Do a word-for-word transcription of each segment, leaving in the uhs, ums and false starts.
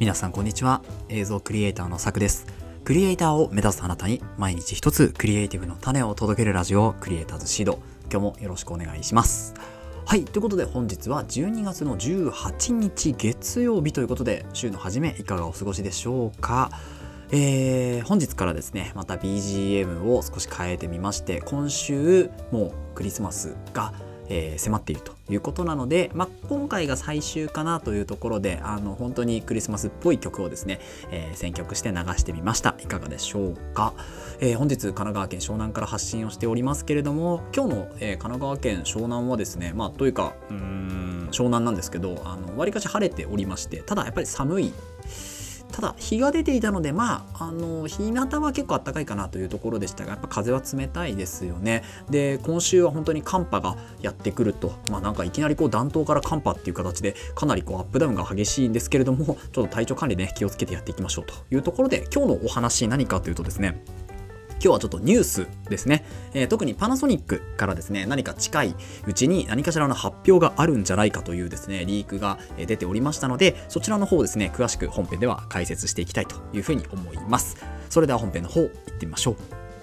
皆さんこんにちは。映像クリエイターのさくです。クリエイターを目指すあなたに毎日一つクリエイティブの種を届けるラジオ、クリエイターズシード。今日もよろしくお願いします。はい、ということで本日はじゅうにがつのじゅうはちにち月曜日ということで、週の初めいかがお過ごしでしょうか。えー、本日からですね、また ビージーエム を少し変えてみまして、今週もうクリスマスがえー、迫っているということなので、まあ、今回が最終かなというところで、あの本当にクリスマスっぽい曲をですね、えー、選曲して流してみました。いかがでしょうか。えー、本日神奈川県湘南から発信をしておりますけれども、今日の、えー、神奈川県湘南はですね、まあというかうーん湘南なんですけど、あの割かし晴れておりまして、ただやっぱり寒い。ただ日が出ていたので、まああの日向は結構暖かいかなというところでしたが、やっぱ風は冷たいですよね。で今週は本当に寒波がやってくると、まあなんかいきなりこう暖冬から寒波っていう形でかなりこうアップダウンが激しいんですけれども、ちょっと体調管理ね気をつけてやっていきましょうというところで、今日のお話何かというとですね、今日はちょっとニュースですね、えー、特にパナソニックからですね、何か近いうちに何かしらの発表があるんじゃないかというですねリークが出ておりましたので、そちらの方をですね詳しく本編では解説していきたいというふうに思います。それでは本編の方行ってみましょう。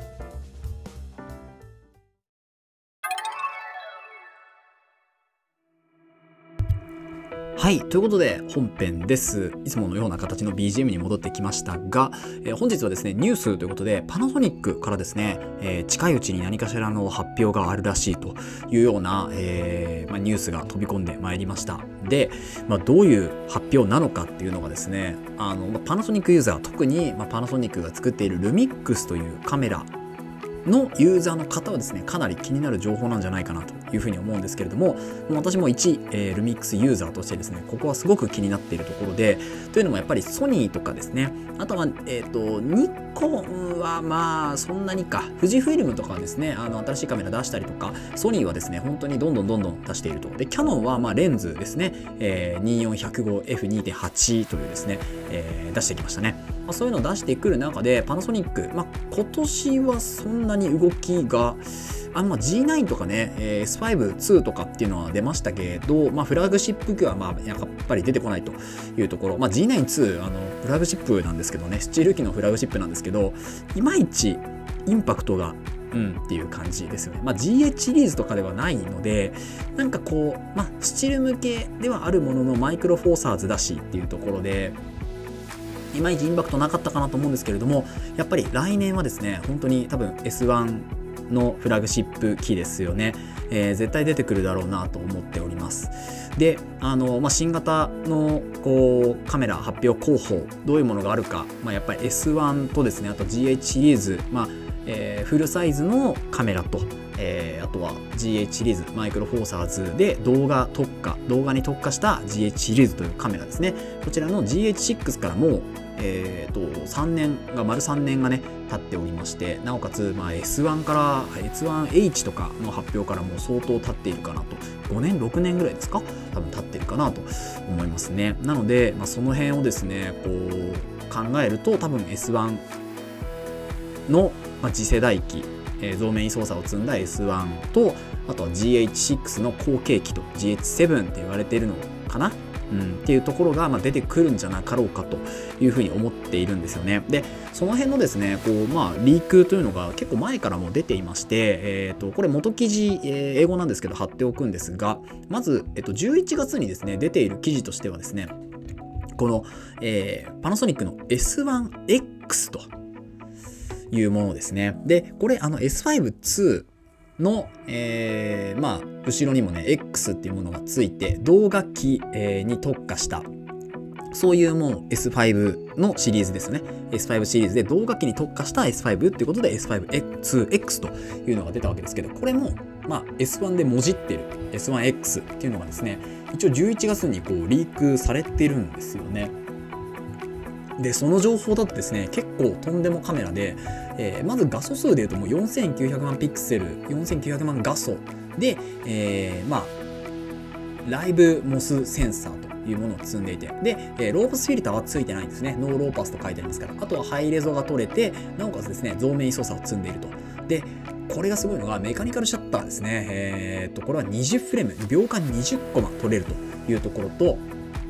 はい、ということで本編です。いつものような形の ビージーエム に戻ってきましたが、えー、本日はですねニュースということで、パナソニックからですね、えー、近いうちに何かしらの発表があるらしいというような、えーまあ、ニュースが飛び込んでまいりました。で、まあ、どういう発表なのかっていうのがですね、あの、まあ、パナソニックユーザー、特に、まあ、パナソニックが作っているルミックスというカメラのユーザーの方はですね、かなり気になる情報なんじゃないかなというふうに思うんですけれども、私も一、えー、ルミックスユーザーとしてですね、ここはすごく気になっているところで、というのもやっぱりソニーとかですね、あとは、えーと、ニコンはまあそんなにか、富士フイルムとかはですね、あの新しいカメラ出したりとか、ソニーはですね、本当にどんどんどんどん出していると。で、キヤノンはまあレンズですね、えー、にじゅうよん ひゃくごエフにてんはち というですね、えー、出してきましたね。まあ、そういうのを出してくる中で、パナソニック、まあ、今年はそんなに動きがあんま ジーナイン とかね、えー、エスファイブツー とかっていうのは出ましたけど、まあ、フラグシップ機はまあやっぱり出てこないというところ、まあ、ジーナインツー あのフラグシップなんですけどね、スチール機のフラグシップなんですけど、いまいちインパクトがうんっていう感じですよね。まあ、ジーエイチ シリーズとかではないので、なんかこう、まあ、スチール向けではあるもののマイクロフォーサーズだしっていうところで、いまいちインパクトなかったかなと思うんですけれども、やっぱり来年はですね、本当に多分 エスワン のフラグシップ機ですよね、えー、絶対出てくるだろうなと思っております。で、あの、まあ、新型のこうカメラ発表候補、どういうものがあるか、まあ、やっぱり エスワン とですね、あと ジーエイチ シリーズ、まあえー、フルサイズのカメラと、えー、あとは ジーエイチ シリーズマイクロフォーサーズで動画特化動画に特化した ジーエイチ シリーズというカメラですね。こちらの ジーエイチシックス からも、えー、とさんねんが丸さんねんがね経っておりまして、なおかつ、まあ、エスワン から エスワンエイチ とかの発表からもう相当経っているかなと、ごねんろくねんぐらいですか、多分経ってるかなと思いますね。なので、まあ、その辺をですねこう考えると、多分 エスワン の、まあ、次世代機、えー、増面位操作を積んだ エスワン と、あとは ジーエイチシックス の後継機と ジーエイチセブン って言われているのかな、うん、っていうところが、まあ、出てくるんじゃなかろうかというふうに思っているんですよね。で、その辺のですねこう、まあ、リークというのが結構前からも出ていまして、えー、とこれ元記事、えー、英語なんですけど貼っておくんですが、まず、えっと、じゅういちがつにですね出ている記事としてはですね、この、えー、パナソニックの エスワンエックス というものですね。で、これあの エスファイブツー の、えー、まあ後ろにもね X っていうものがついて、動画機、えー、に特化したそういうもう エスファイブ のシリーズですよね。エスファイブ シリーズで動画機に特化した エスファイブ っていうことで エスファイブツーエックス というのが出たわけですけど、これもまあ エスワン でもじってる エスワンエックス っていうのがですね、一応じゅういちがつにこうリークされてるんですよね。で、その情報だとですね、結構とんでもカメラで、えー、まず画素数でいうともうよんせんきゅうひゃくまんピクセル、よんせんきゅうひゃくまん画素で、えー、まあライブモスセンサーというものを積んでいて、で、えー、ローパスフィルターはついてないんですね。ノーローパスと書いてありますから。あとはハイレゾが取れて、なおかつですね増面位操作を積んでいると。で、これがすごいのがメカニカルシャッターですね。えー、っとこれはにじゅうフレーム、秒間にじゅっコマ取れるというところと、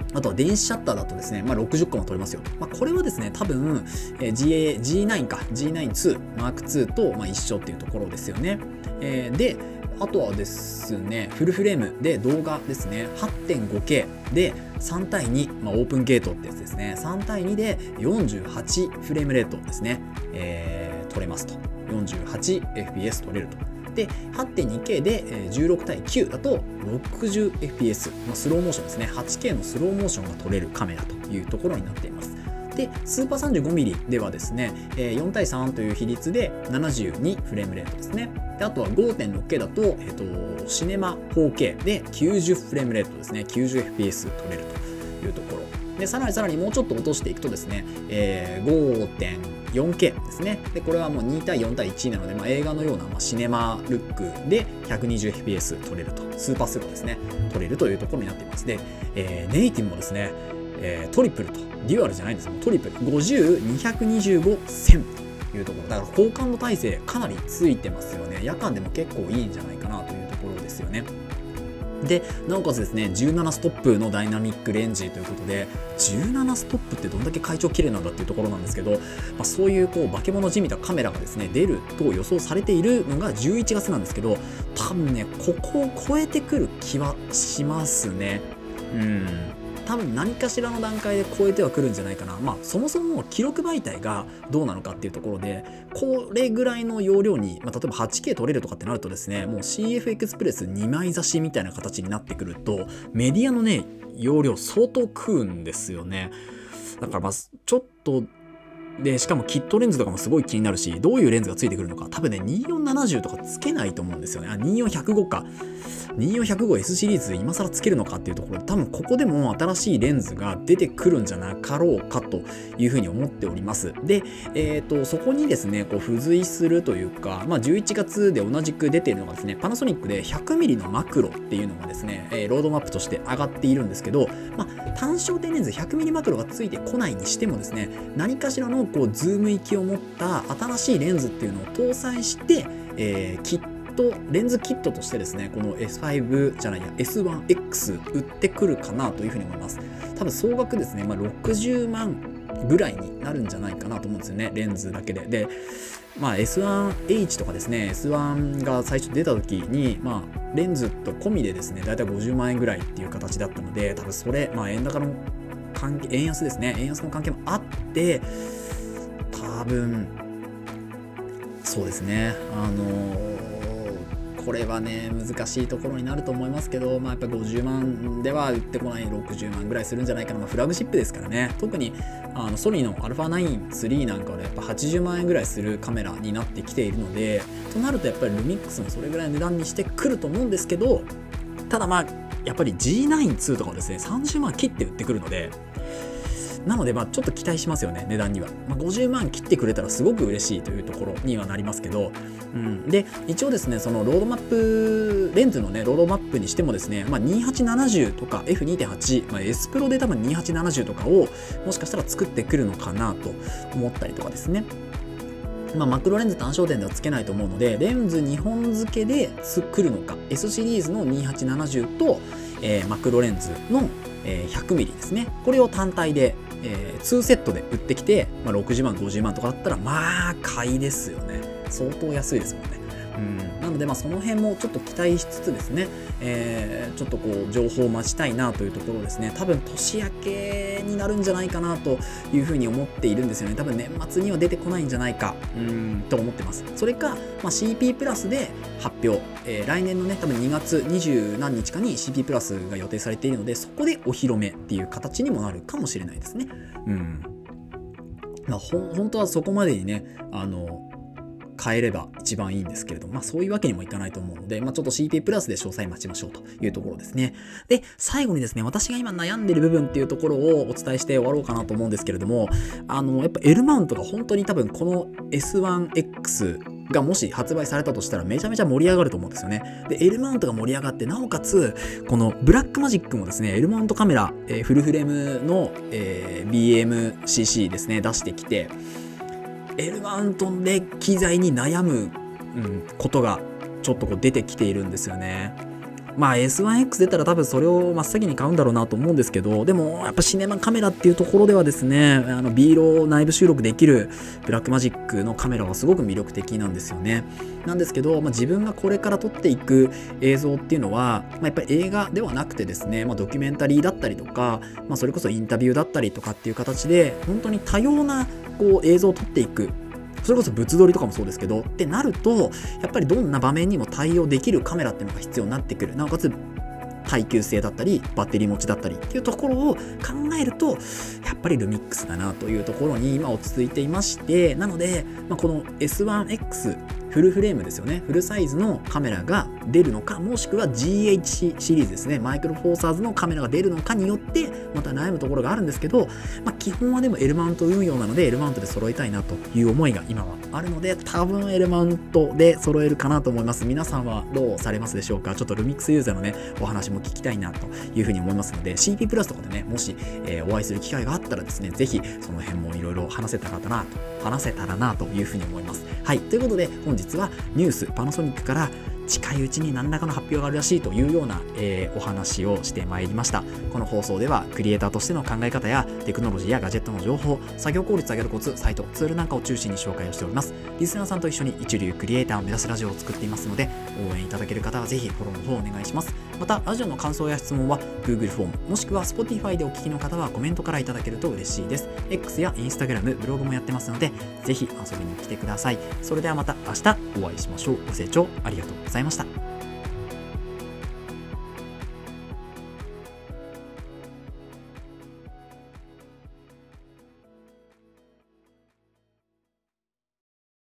あとは電子シャッターだとですね、まあ、ろくじゅっこも撮れますよと。まあ、これはですね、多分、えー、ジーエー、ジーナイン か、ジーナインツー、マークツー と、まあ、一緒っていうところですよね。えー、で、あとはですね、フルフレームで動画ですね、はってんごケー でさんたいに、まあ、オープンゲートってやつですね、さんたいにでよんじゅうはちフレームレートですね、えー、撮れますと。よんじゅうはちエフピーエス 撮れると。で はってんにケー でじゅうろくたいきゅうだと ろくじゅうエフピーエス、まあ、スローモーションですね はちケー のスローモーションが撮れるカメラというところになっています。でスーパー さんじゅうごミリ ではですねよんたいさんという比率でななじゅうにフレームレートですね。であとは ごてんろくケー だと、えっと、シネマ フォーケー できゅうじゅうフレームレートですね きゅうじゅうエフピーエス 撮れるというところで、さらにさらにもうちょっと落としていくとですね、えー、ごてんよんケー ですね。でこれはもうにたいよんたいいちなので、まあ、映画のような、まあ、シネマルックで ひゃくにじゅうエフピーエス 撮れると、スーパースローですね撮れるというところになっています。で、えー、ネイティブもですね、えー、トリプルとデュアルじゃないんですよ、トリプルごじゅう、にひゃくにじゅうご、せんというところだから交換の体制かなりついてますよね。夜間でも結構いいんじゃないかなというところですよね。でなおかつですねじゅうななストップのダイナミックレンジということで、じゅうななストップってどんだけ会長綺麗なんだっていうところなんですけど、まあ、そういうこう化け物じみたカメラがですね出ると予想されているのがじゅういちがつなんですけど、多分ねここを超えてくる気はしますね。うん多分何かしらの段階で超えてはくるんじゃないかな。まあそもそも記録媒体がどうなのかっていうところで、これぐらいの容量に、まあ、例えば はちケー 撮れるとかってなるとですね、もう シーエフ エクスプレスにまい差しみたいな形になってくると、メディアのね容量相当食うんですよね。だからまあちょっとでしかもキットレンズとかもすごい気になるし、どういうレンズがついてくるのか多分ねにじゅうよんななじゅうとかつけないと思うんですよね。あにじゅうよんひゃくごかにじゅうよんひゃくごエス シリーズ今更つけるのかっていうところで、多分ここでも新しいレンズが出てくるんじゃなかろうかというふうに思っております。で、えー、とそこにですねこう付随するというか、まあ、じゅういちがつで同じく出ているのがですね、パナソニックで ひゃくミリ のマクロっていうのがですね、えー、ロードマップとして上がっているんですけど、まあ、単焦点レンズ ひゃくミリ マクロがついてこないにしてもですね、何かしらのこうズーム域を持った新しいレンズっていうのを搭載して、えー、キットレンズキットとしてですねこの エスファイブ じゃないや エスワンエックス 売ってくるかなというふうに思います。多分総額ですね、まあ、ろくじゅうまんぐらいになるんじゃないかなと思うんですよね、レンズだけで。で、まあ、エスワンエイチ とかですね エスワン が最初出た時に、まあ、レンズと込みでですねだいたいごじゅうまんえんぐらいっていう形だったので、多分それ、まあ、円高の関係円安ですね円安の関係もあって多分そうですねあのー、これはね難しいところになると思いますけど、まあ、やっぱごじゅうまんでは売ってこないろくじゅうまんぐらいするんじゃないかな、まあ、フラグシップですからね。特にあのソニーの アルファナインスリー なんかはやっぱはちじゅうまんえんぐらいするカメラになってきているので、となるとやっぱりルミックスもそれぐらいの値段にしてくると思うんですけど、ただまあやっぱり ジーナインツー とかもですねさんじゅうまん切って売ってくるので、なのでまあちょっと期待しますよね値段には、まあ、ごじゅうまん切ってくれたらすごく嬉しいというところにはなりますけど、うん、で一応ですねそのロードマップレンズのねロードマップにしてもですね、まあ、にじゅうはちななじゅうとか エフにてんはち、まあ、S プロで多分にじゅうはちななじゅうとかをもしかしたら作ってくるのかなと思ったりとかですね。まあ、マクロレンズ単焦点ではつけないと思うので、レンズにほん付けで作るのか S シリーズのにじゅうはちななじゅうと、えー、マクロレンズの ひゃくミリ ですね、これを単体で、えー、にセットで売ってきて、まあ、ろくじゅうまんごじゅうまんとかだったらまあ買いですよね。相当安いですもんね。うん、なのでまあその辺もちょっと期待しつつですね、えー、ちょっとこう情報を待ちたいなというところですね。多分年明けになるんじゃないかなというふうに思っているんですよね。多分年末には出てこないんじゃないかうんと思ってます。それか、まあ、シーピー プラスで発表、えー、来年のね多分にがつにじゅうなんにちかに シーピー プラスが予定されているので、そこでお披露目っていう形にもなるかもしれないですね。うんまあ、ほ本当はそこまでにねあの変えれば一番いいんですけれども、まあそういうわけにもいかないと思うので、まあちょっと シーピー プラスで詳細待ちましょうというところですね。で、最後にですね、私が今悩んでる部分っていうところをお伝えして終わろうかなと思うんですけれども、あの、やっぱ L マウントが本当に多分この エスワンエックス がもし発売されたとしたらめちゃめちゃ盛り上がると思うんですよね。で、L マウントが盛り上がって、なおかつ、このブラックマジックもですね、L マウントカメラ、えー、フルフレームの、えー、ビーエムシーシー ですね、出してきて、L マウントで機材に悩む、うん、ことがちょっとこう出てきているんですよね。 まあ エスワンエックス 出たら多分それを真っ先に買うんだろうなと思うんですけど、でもやっぱシネマカメラっていうところではですね、あの B ロー内部収録できるブラックマジックのカメラはすごく魅力的なんですよね。なんですけど、まあ、自分がこれから撮っていく映像っていうのは、まあ、やっぱり映画ではなくてですね、まあ、ドキュメンタリーだったりとか、まあ、それこそインタビューだったりとかっていう形で本当に多様なこう映像を撮っていく、それこそ物撮りとかもそうですけどってなると、やっぱりどんな場面にも対応できるカメラっていうのが必要になってくる。なおかつ耐久性だったりバッテリー持ちだったりっていうところを考えると、やっぱりルミックスだなというところに今落ち着いていまして、なので、まあ、この エスワンエックス フルフレームですよね、フルサイズのカメラが出るのか、もしくは ジーエイチ シリーズですね、マイクロフォーサーズのカメラが出るのかによってまた悩むところがあるんですけど、まあ、基本はでも L マウント運用なので L マウントで揃えたいなという思いが今はあるので、多分 L マウントで揃えるかなと思います。皆さんはどうされますでしょうか。ちょっとルミックスユーザーのねお話も聞きたいなというふうに思いますので、 シーピー プラスとかでね、もし、えー、お会いする機会があったらですね、ぜひその辺もいろいろ話せたらなと話せたらなというふうに思います。はい、ということで本日はニュースパナソニックから近いうちに何らかの発表があるらしいというような、えー、お話をしてまいりました。この放送ではクリエイターとしての考え方やテクノロジーやガジェットの情報、作業効率上げるコツ、サイト、ツールなんかを中心に紹介をしております。リスナーさんと一緒に一流クリエイターを目指すラジオを作っていますので、応援いただける方はぜひフォローの方お願いします。またラジオの感想や質問は Google フォームもしくは Spotify でお聞きの方はコメントからいただけると嬉しいです。 X や Instagram、ブログもやってますので、ぜひ遊びに来てください。それではまた明日お会いしましょう。ご清聴ありがとうございました。